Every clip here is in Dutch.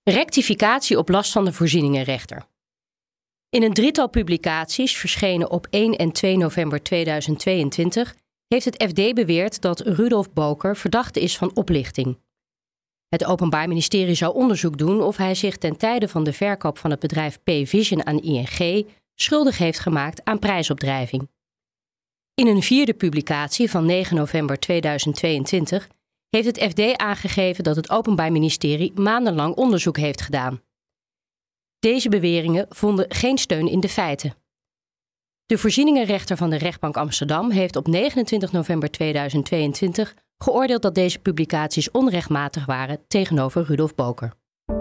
Rectificatie op last van de voorzieningenrechter. In een drietal publicaties, verschenen op 1 en 2 november 2022, heeft het FD beweerd dat Rudolf Boker verdachte is van oplichting. Het Openbaar Ministerie zou onderzoek doen of hij zich ten tijde van de verkoop van het bedrijf Payvision aan ING schuldig heeft gemaakt aan prijsopdrijving. In een vierde publicatie van 9 november 2022 heeft het FD aangegeven dat het Openbaar Ministerie maandenlang onderzoek heeft gedaan. Deze beweringen vonden geen steun in de feiten. De voorzieningenrechter van de rechtbank Amsterdam heeft op 29 november 2022 geoordeeld dat deze publicaties onrechtmatig waren tegenover Rudolf Boker.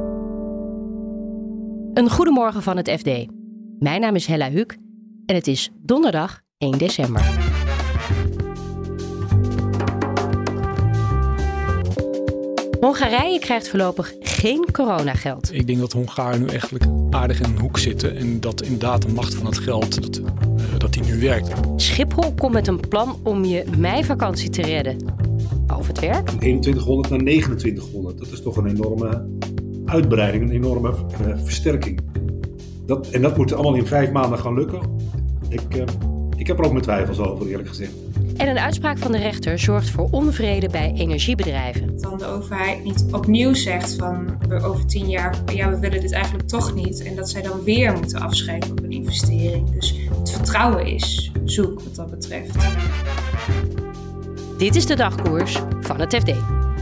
Een goedemorgen van het FD. Mijn naam is Hella Huuk en het is donderdag 1 december. Hongarije krijgt voorlopig geen coronageld. Ik denk dat Hongaren nu eigenlijk aardig in een hoek zitten en dat inderdaad de macht van het geld, dat die nu werkt. Schiphol komt met een plan om je meivakantie te redden. Over het werk? Van 2100 naar 2900. Dat is toch een enorme uitbreiding, een enorme versterking. Dat moet allemaal in 5 maanden gaan lukken. Ik heb er ook mijn twijfels over, eerlijk gezegd. En een uitspraak van de rechter zorgt voor onvrede bij energiebedrijven. Dan de overheid niet opnieuw zegt van over 10 jaar, ja, we willen dit eigenlijk toch niet. En dat zij dan weer moeten afschrijven op een investering. Dus het vertrouwen is zoek wat dat betreft. Dit is de dagkoers van het FD.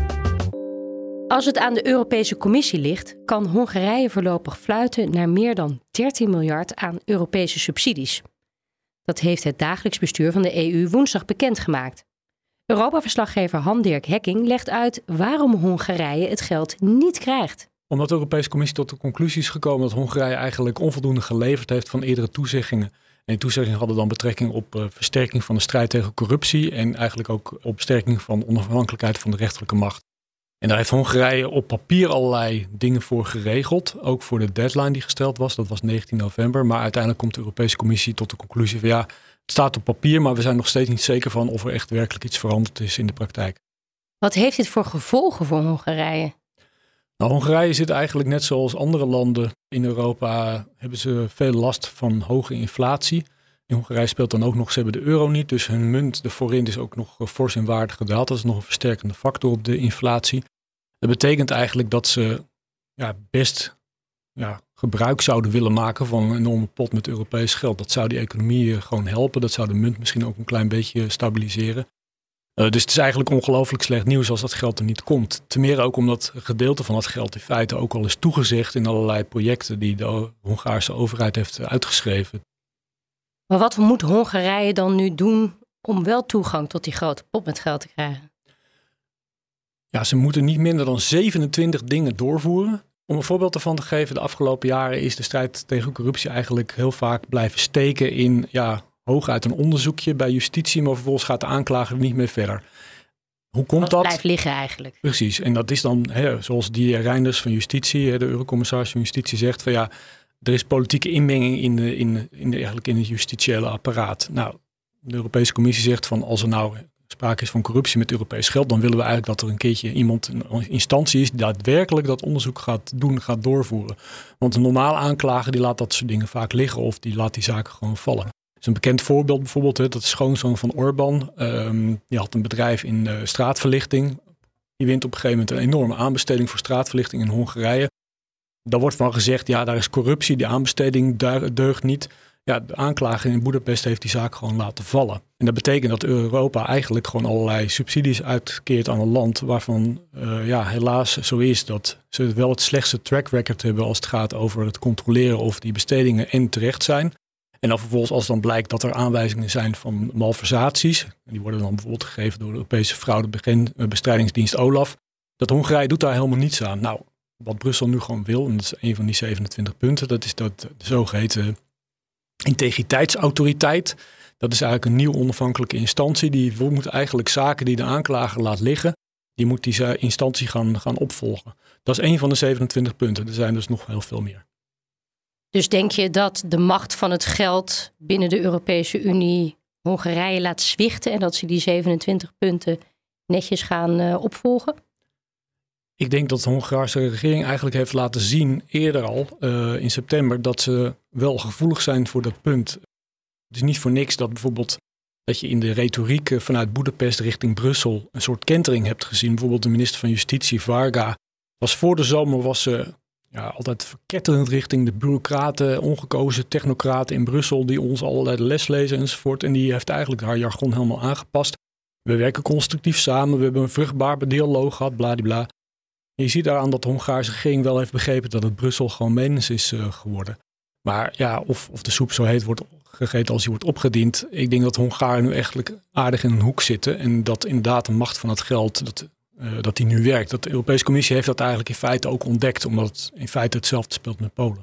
Als het aan de Europese Commissie ligt, kan Hongarije voorlopig fluiten naar meer dan 13 miljard aan Europese subsidies. Dat heeft het dagelijks bestuur van de EU woensdag bekendgemaakt. Europa-verslaggever Han-Dirk Hekking legt uit waarom Hongarije het geld niet krijgt. Omdat de Europese Commissie tot de conclusie is gekomen dat Hongarije eigenlijk onvoldoende geleverd heeft van eerdere toezeggingen. En die toezeggingen hadden dan betrekking op versterking van de strijd tegen corruptie en eigenlijk ook op versterking van de onafhankelijkheid van de rechterlijke macht. En daar heeft Hongarije op papier allerlei dingen voor geregeld. Ook voor de deadline die gesteld was. Dat was 19 november. Maar uiteindelijk komt de Europese Commissie tot de conclusie van ja, het staat op papier, maar we zijn nog steeds niet zeker van of er echt werkelijk iets veranderd is in de praktijk. Wat heeft dit voor gevolgen voor Hongarije? Nou, Hongarije zit eigenlijk net zoals andere landen in Europa, hebben ze veel last van hoge inflatie. In Hongarije speelt dan ook nog, ze hebben de euro niet. Dus hun munt, de forint, is ook nog fors in waarde gedaald. Dat is nog een versterkende factor op de inflatie. Dat betekent eigenlijk dat ze best gebruik zouden willen maken van een enorme pot met Europees geld. Dat zou die economie gewoon helpen. Dat zou de munt misschien ook een klein beetje stabiliseren. Dus het is eigenlijk ongelooflijk slecht nieuws als dat geld er niet komt. Ten meer ook omdat een gedeelte van dat geld in feite ook al is toegezegd in allerlei projecten die de Hongaarse overheid heeft uitgeschreven. Maar wat moet Hongarije dan nu doen om wel toegang tot die grote pot met geld te krijgen? Ja, ze moeten niet minder dan 27 dingen doorvoeren. Om een voorbeeld ervan te geven, de afgelopen jaren is de strijd tegen corruptie eigenlijk heel vaak blijven steken in hooguit een onderzoekje bij justitie, maar vervolgens gaat de aanklager niet meer verder. Hoe komt dat? Blijft liggen eigenlijk. Precies, en dat is dan zoals Didier Reynders van Justitie, de Eurocommissaris van Justitie, zegt van ja, er is politieke inmenging in het justitiële apparaat. Nou, de Europese Commissie zegt van als er nou sprake is van corruptie met Europees geld, dan willen we eigenlijk dat er een keertje een instantie is die daadwerkelijk dat onderzoek gaat doorvoeren. Want een normale aanklager die laat dat soort dingen vaak liggen of die laat die zaken gewoon vallen. Dus een bekend voorbeeld bijvoorbeeld, dat is schoonzoon van Orbán. Die had een bedrijf in straatverlichting. Die wint op een gegeven moment een enorme aanbesteding voor straatverlichting in Hongarije. Daar wordt van gezegd, ja, daar is corruptie, die aanbesteding deugt niet. Ja, de aanklager in Boedapest heeft die zaak gewoon laten vallen. En dat betekent dat Europa eigenlijk gewoon allerlei subsidies uitkeert aan een land waarvan helaas zo is dat ze wel het slechtste track record hebben als het gaat over het controleren of die bestedingen en terecht zijn. En dan vervolgens als dan blijkt dat er aanwijzingen zijn van malversaties, die worden dan bijvoorbeeld gegeven door de Europese fraudebestrijdingsdienst OLAF, dat Hongarije doet daar helemaal niets aan. Nou, wat Brussel nu gewoon wil, en dat is een van die 27 punten, dat is dat de zogeheten integriteitsautoriteit. Dat is eigenlijk een nieuw onafhankelijke instantie. Die moet eigenlijk zaken die de aanklager laat liggen, die moet die instantie gaan opvolgen. Dat is een van de 27 punten. Er zijn dus nog heel veel meer. Dus denk je dat de macht van het geld binnen de Europese Unie Hongarije laat zwichten en dat ze die 27 punten netjes gaan opvolgen? Ik denk dat de Hongaarse regering eigenlijk heeft laten zien, eerder al in september, dat ze wel gevoelig zijn voor dat punt. Het is niet voor niks dat bijvoorbeeld dat je in de retoriek vanuit Boedapest richting Brussel een soort kentering hebt gezien. Bijvoorbeeld de minister van Justitie, Varga, was voor de zomer altijd verketterend richting de bureaucraten, ongekozen technocraten in Brussel die ons allerlei de les lezen enzovoort. En die heeft eigenlijk haar jargon helemaal aangepast. We werken constructief samen, we hebben een vruchtbare dialoog gehad, bladibla. Je ziet daaraan dat de Hongaarse regering wel heeft begrepen dat het Brussel gewoon menens is geworden. Maar ja, of de soep zo heet wordt gegeten als die wordt opgediend. Ik denk dat de Hongaren nu echt aardig in een hoek zitten. En dat inderdaad de macht van het geld, dat die nu werkt. Dat de Europese Commissie heeft dat eigenlijk in feite ook ontdekt. Omdat het in feite hetzelfde speelt met Polen.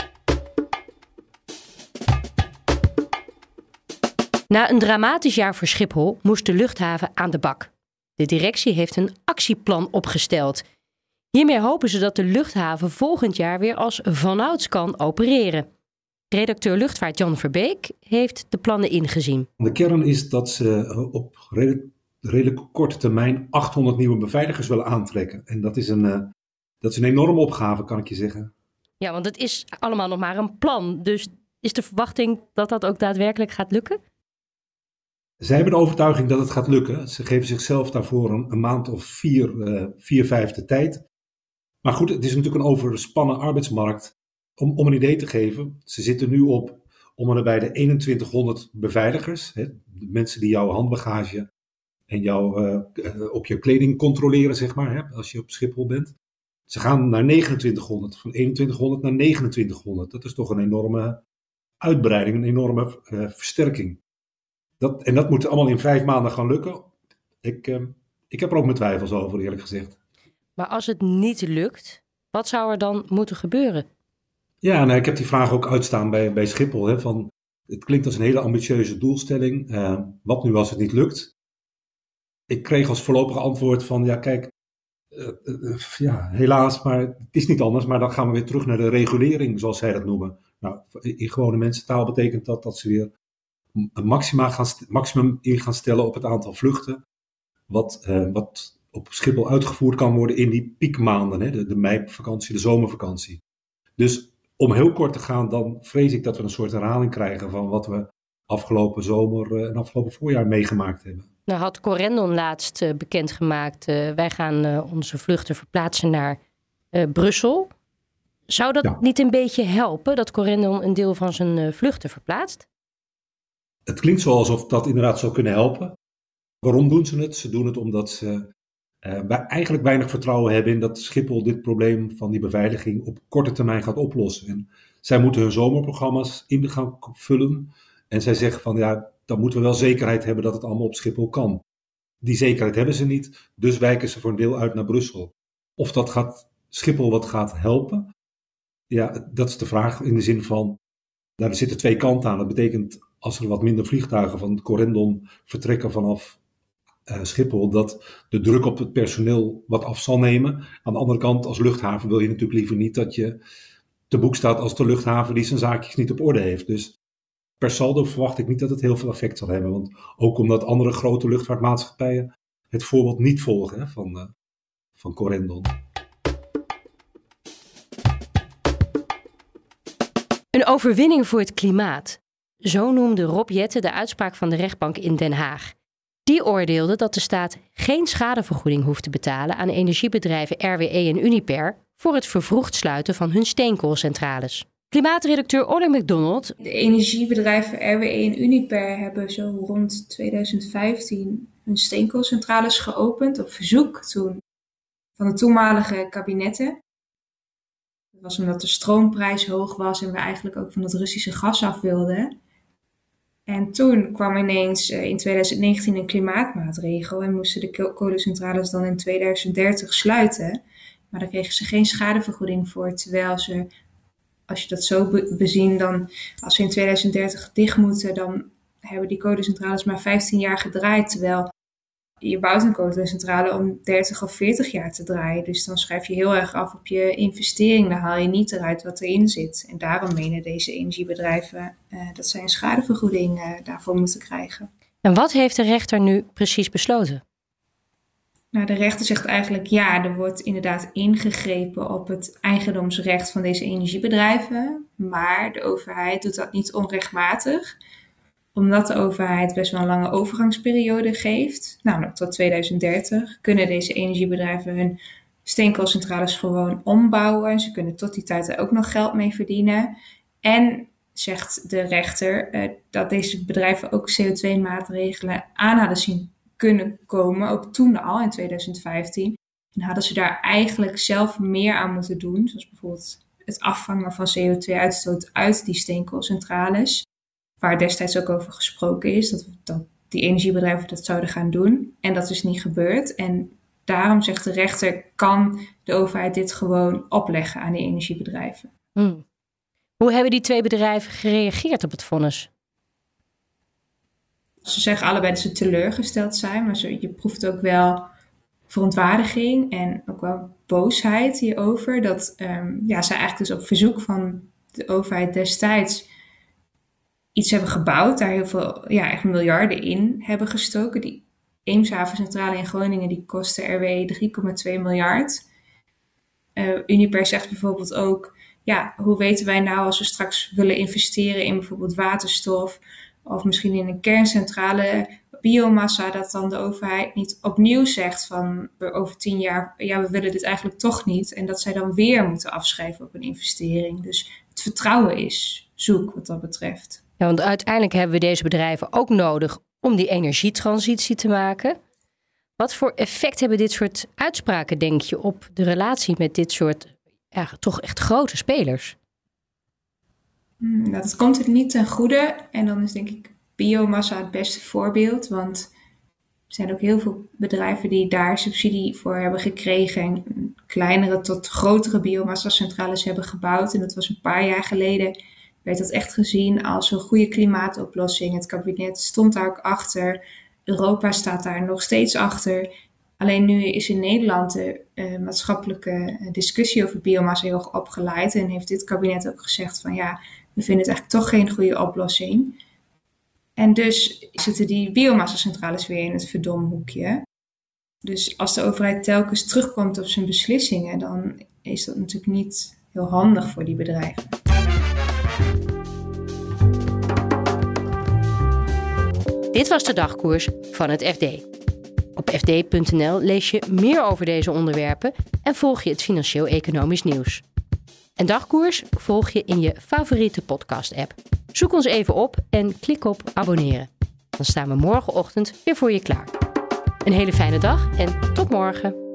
Na een dramatisch jaar voor Schiphol moest de luchthaven aan de bak. De directie heeft een actieplan opgesteld. Hiermee hopen ze dat de luchthaven volgend jaar weer als vanouds kan opereren. Redacteur luchtvaart Jan Verbeek heeft de plannen ingezien. De kern is dat ze op redelijk korte termijn 800 nieuwe beveiligers willen aantrekken. En dat is een enorme opgave, kan ik je zeggen. Ja, want het is allemaal nog maar een plan. Dus is de verwachting dat dat ook daadwerkelijk gaat lukken? Zij hebben de overtuiging dat het gaat lukken. Ze geven zichzelf daarvoor een maand of 4-5 de tijd. Maar goed, het is natuurlijk een overspannen arbeidsmarkt. Om een idee te geven, ze zitten nu op om en bij de 2100 beveiligers. Hè, de mensen die jouw handbagage en op je kleding controleren, zeg maar, hè, als je op Schiphol bent. Ze gaan naar 2900, van 2100 naar 2900. Dat is toch een enorme uitbreiding, een enorme versterking. Dat moet allemaal in 5 maanden gaan lukken. Ik heb er ook mijn twijfels over, eerlijk gezegd. Maar als het niet lukt, wat zou er dan moeten gebeuren? Ja, nou, ik heb die vraag ook uitstaan bij Schiphol. Hè, van, het klinkt als een hele ambitieuze doelstelling. Wat nu als het niet lukt? Ik kreeg als voorlopige antwoord van, ja kijk, helaas, maar het is niet anders. Maar dan gaan we weer terug naar de regulering, zoals zij dat noemen. Nou, in gewone mensentaal betekent dat ze weer een maximum in gaan stellen op het aantal vluchten. Wat op Schiphol uitgevoerd kan worden in die piekmaanden. Hè, de meivakantie, de zomervakantie. Dus om heel kort te gaan, dan vrees ik dat we een soort herhaling krijgen van wat we afgelopen zomer en afgelopen voorjaar meegemaakt hebben. Nou had Corendon laatst bekendgemaakt, wij gaan onze vluchten verplaatsen naar Brussel. Zou dat niet een beetje helpen, dat Corendon een deel van zijn vluchten verplaatst? Het klinkt zo alsof dat inderdaad zou kunnen helpen. Waarom doen ze het? Ze doen het omdat ze eigenlijk weinig vertrouwen hebben in dat Schiphol dit probleem van die beveiliging op korte termijn gaat oplossen. En zij moeten hun zomerprogramma's in gaan vullen. En zij zeggen van ja, dan moeten we wel zekerheid hebben dat het allemaal op Schiphol kan. Die zekerheid hebben ze niet, dus wijken ze voor een deel uit naar Brussel. Of dat Schiphol wat gaat helpen? Ja, dat is de vraag in de zin van, daar zitten 2 kanten aan. Dat betekent als er wat minder vliegtuigen van Corendon vertrekken vanaf Schiphol, dat de druk op het personeel wat af zal nemen. Aan de andere kant, als luchthaven wil je natuurlijk liever niet dat je te boek staat als de luchthaven die zijn zaakjes niet op orde heeft. Dus per saldo verwacht ik niet dat het heel veel effect zal hebben. Want ook omdat andere grote luchtvaartmaatschappijen het voorbeeld niet volgen van Corendon. Een overwinning voor het klimaat. Zo noemde Rob Jetten de uitspraak van de rechtbank in Den Haag. Die oordeelde dat de staat geen schadevergoeding hoeft te betalen aan energiebedrijven RWE en Uniper voor het vervroegd sluiten van hun steenkoolcentrales. Klimaatredacteur Olle McDonald. De energiebedrijven RWE en Uniper hebben zo rond 2015 hun steenkoolcentrales geopend op verzoek toen van de toenmalige kabinetten. Dat was omdat de stroomprijs hoog was en we eigenlijk ook van het Russische gas af wilden. En toen kwam ineens in 2019 een klimaatmaatregel en moesten de kolencentrales dan in 2030 sluiten. Maar daar kregen ze geen schadevergoeding voor, terwijl ze, als je dat zo bezien, dan als we in 2030 dicht moeten, dan hebben die kolencentrales maar 15 jaar gedraaid, terwijl je bouwt een kolencentrale om 30 of 40 jaar te draaien. Dus dan schrijf je heel erg af op je investering. Dan haal je niet eruit wat erin zit. En daarom menen deze energiebedrijven dat zij een schadevergoeding daarvoor moeten krijgen. En wat heeft de rechter nu precies besloten? Nou, de rechter zegt eigenlijk ja, er wordt inderdaad ingegrepen op het eigendomsrecht van deze energiebedrijven. Maar de overheid doet dat niet onrechtmatig, omdat de overheid best wel een lange overgangsperiode geeft. Namelijk tot 2030 kunnen deze energiebedrijven hun steenkoolcentrales gewoon ombouwen. Ze kunnen tot die tijd er ook nog geld mee verdienen. En zegt de rechter dat deze bedrijven ook CO2-maatregelen aan hadden zien kunnen komen, ook toen al in 2015. En hadden ze daar eigenlijk zelf meer aan moeten doen, zoals bijvoorbeeld het afvangen van CO2-uitstoot uit die steenkoolcentrales, waar destijds ook over gesproken is, dat die energiebedrijven dat zouden gaan doen. En dat is niet gebeurd. En daarom zegt de rechter, kan de overheid dit gewoon opleggen aan die energiebedrijven. Hoe hebben die twee bedrijven gereageerd op het vonnis? Ze zeggen allebei dat ze teleurgesteld zijn, maar je proeft ook wel verontwaardiging en ook wel boosheid hierover. Dat ze eigenlijk dus op verzoek van de overheid destijds iets hebben gebouwd, daar heel veel, echt miljarden in hebben gestoken. Die Eemshavencentrale in Groningen, die kostte RWE 3,2 miljard. Uniper zegt bijvoorbeeld ook, hoe weten wij nou als we straks willen investeren in bijvoorbeeld waterstof of misschien in een kerncentrale, biomassa, dat dan de overheid niet opnieuw zegt van over 10 jaar, we willen dit eigenlijk toch niet. En dat zij dan weer moeten afschrijven op een investering. Dus het vertrouwen is zoek wat dat betreft. Ja, want uiteindelijk hebben we deze bedrijven ook nodig om die energietransitie te maken. Wat voor effect hebben dit soort uitspraken, denk je, op de relatie met dit soort toch echt grote spelers? Dat komt het niet ten goede. En dan is denk ik biomassa het beste voorbeeld. Want er zijn ook heel veel bedrijven die daar subsidie voor hebben gekregen. En kleinere tot grotere biomassa-centrales hebben gebouwd. En dat was een paar jaar geleden. Werd dat echt gezien als een goede klimaatoplossing. Het kabinet stond daar ook achter. Europa staat daar nog steeds achter. Alleen nu is in Nederland de maatschappelijke discussie over biomassa heel erg opgeleid. En heeft dit kabinet ook gezegd van we vinden het eigenlijk toch geen goede oplossing. En dus zitten die biomassa-centrales weer in het verdomhoekje. Dus als de overheid telkens terugkomt op zijn beslissingen, dan is dat natuurlijk niet heel handig voor die bedrijven. Dit was de dagkoers van het FD. Op fd.nl lees je meer over deze onderwerpen en volg je het financieel-economisch nieuws. En dagkoers volg je in je favoriete podcast-app. Zoek ons even op en klik op abonneren. Dan staan we morgenochtend weer voor je klaar. Een hele fijne dag en tot morgen.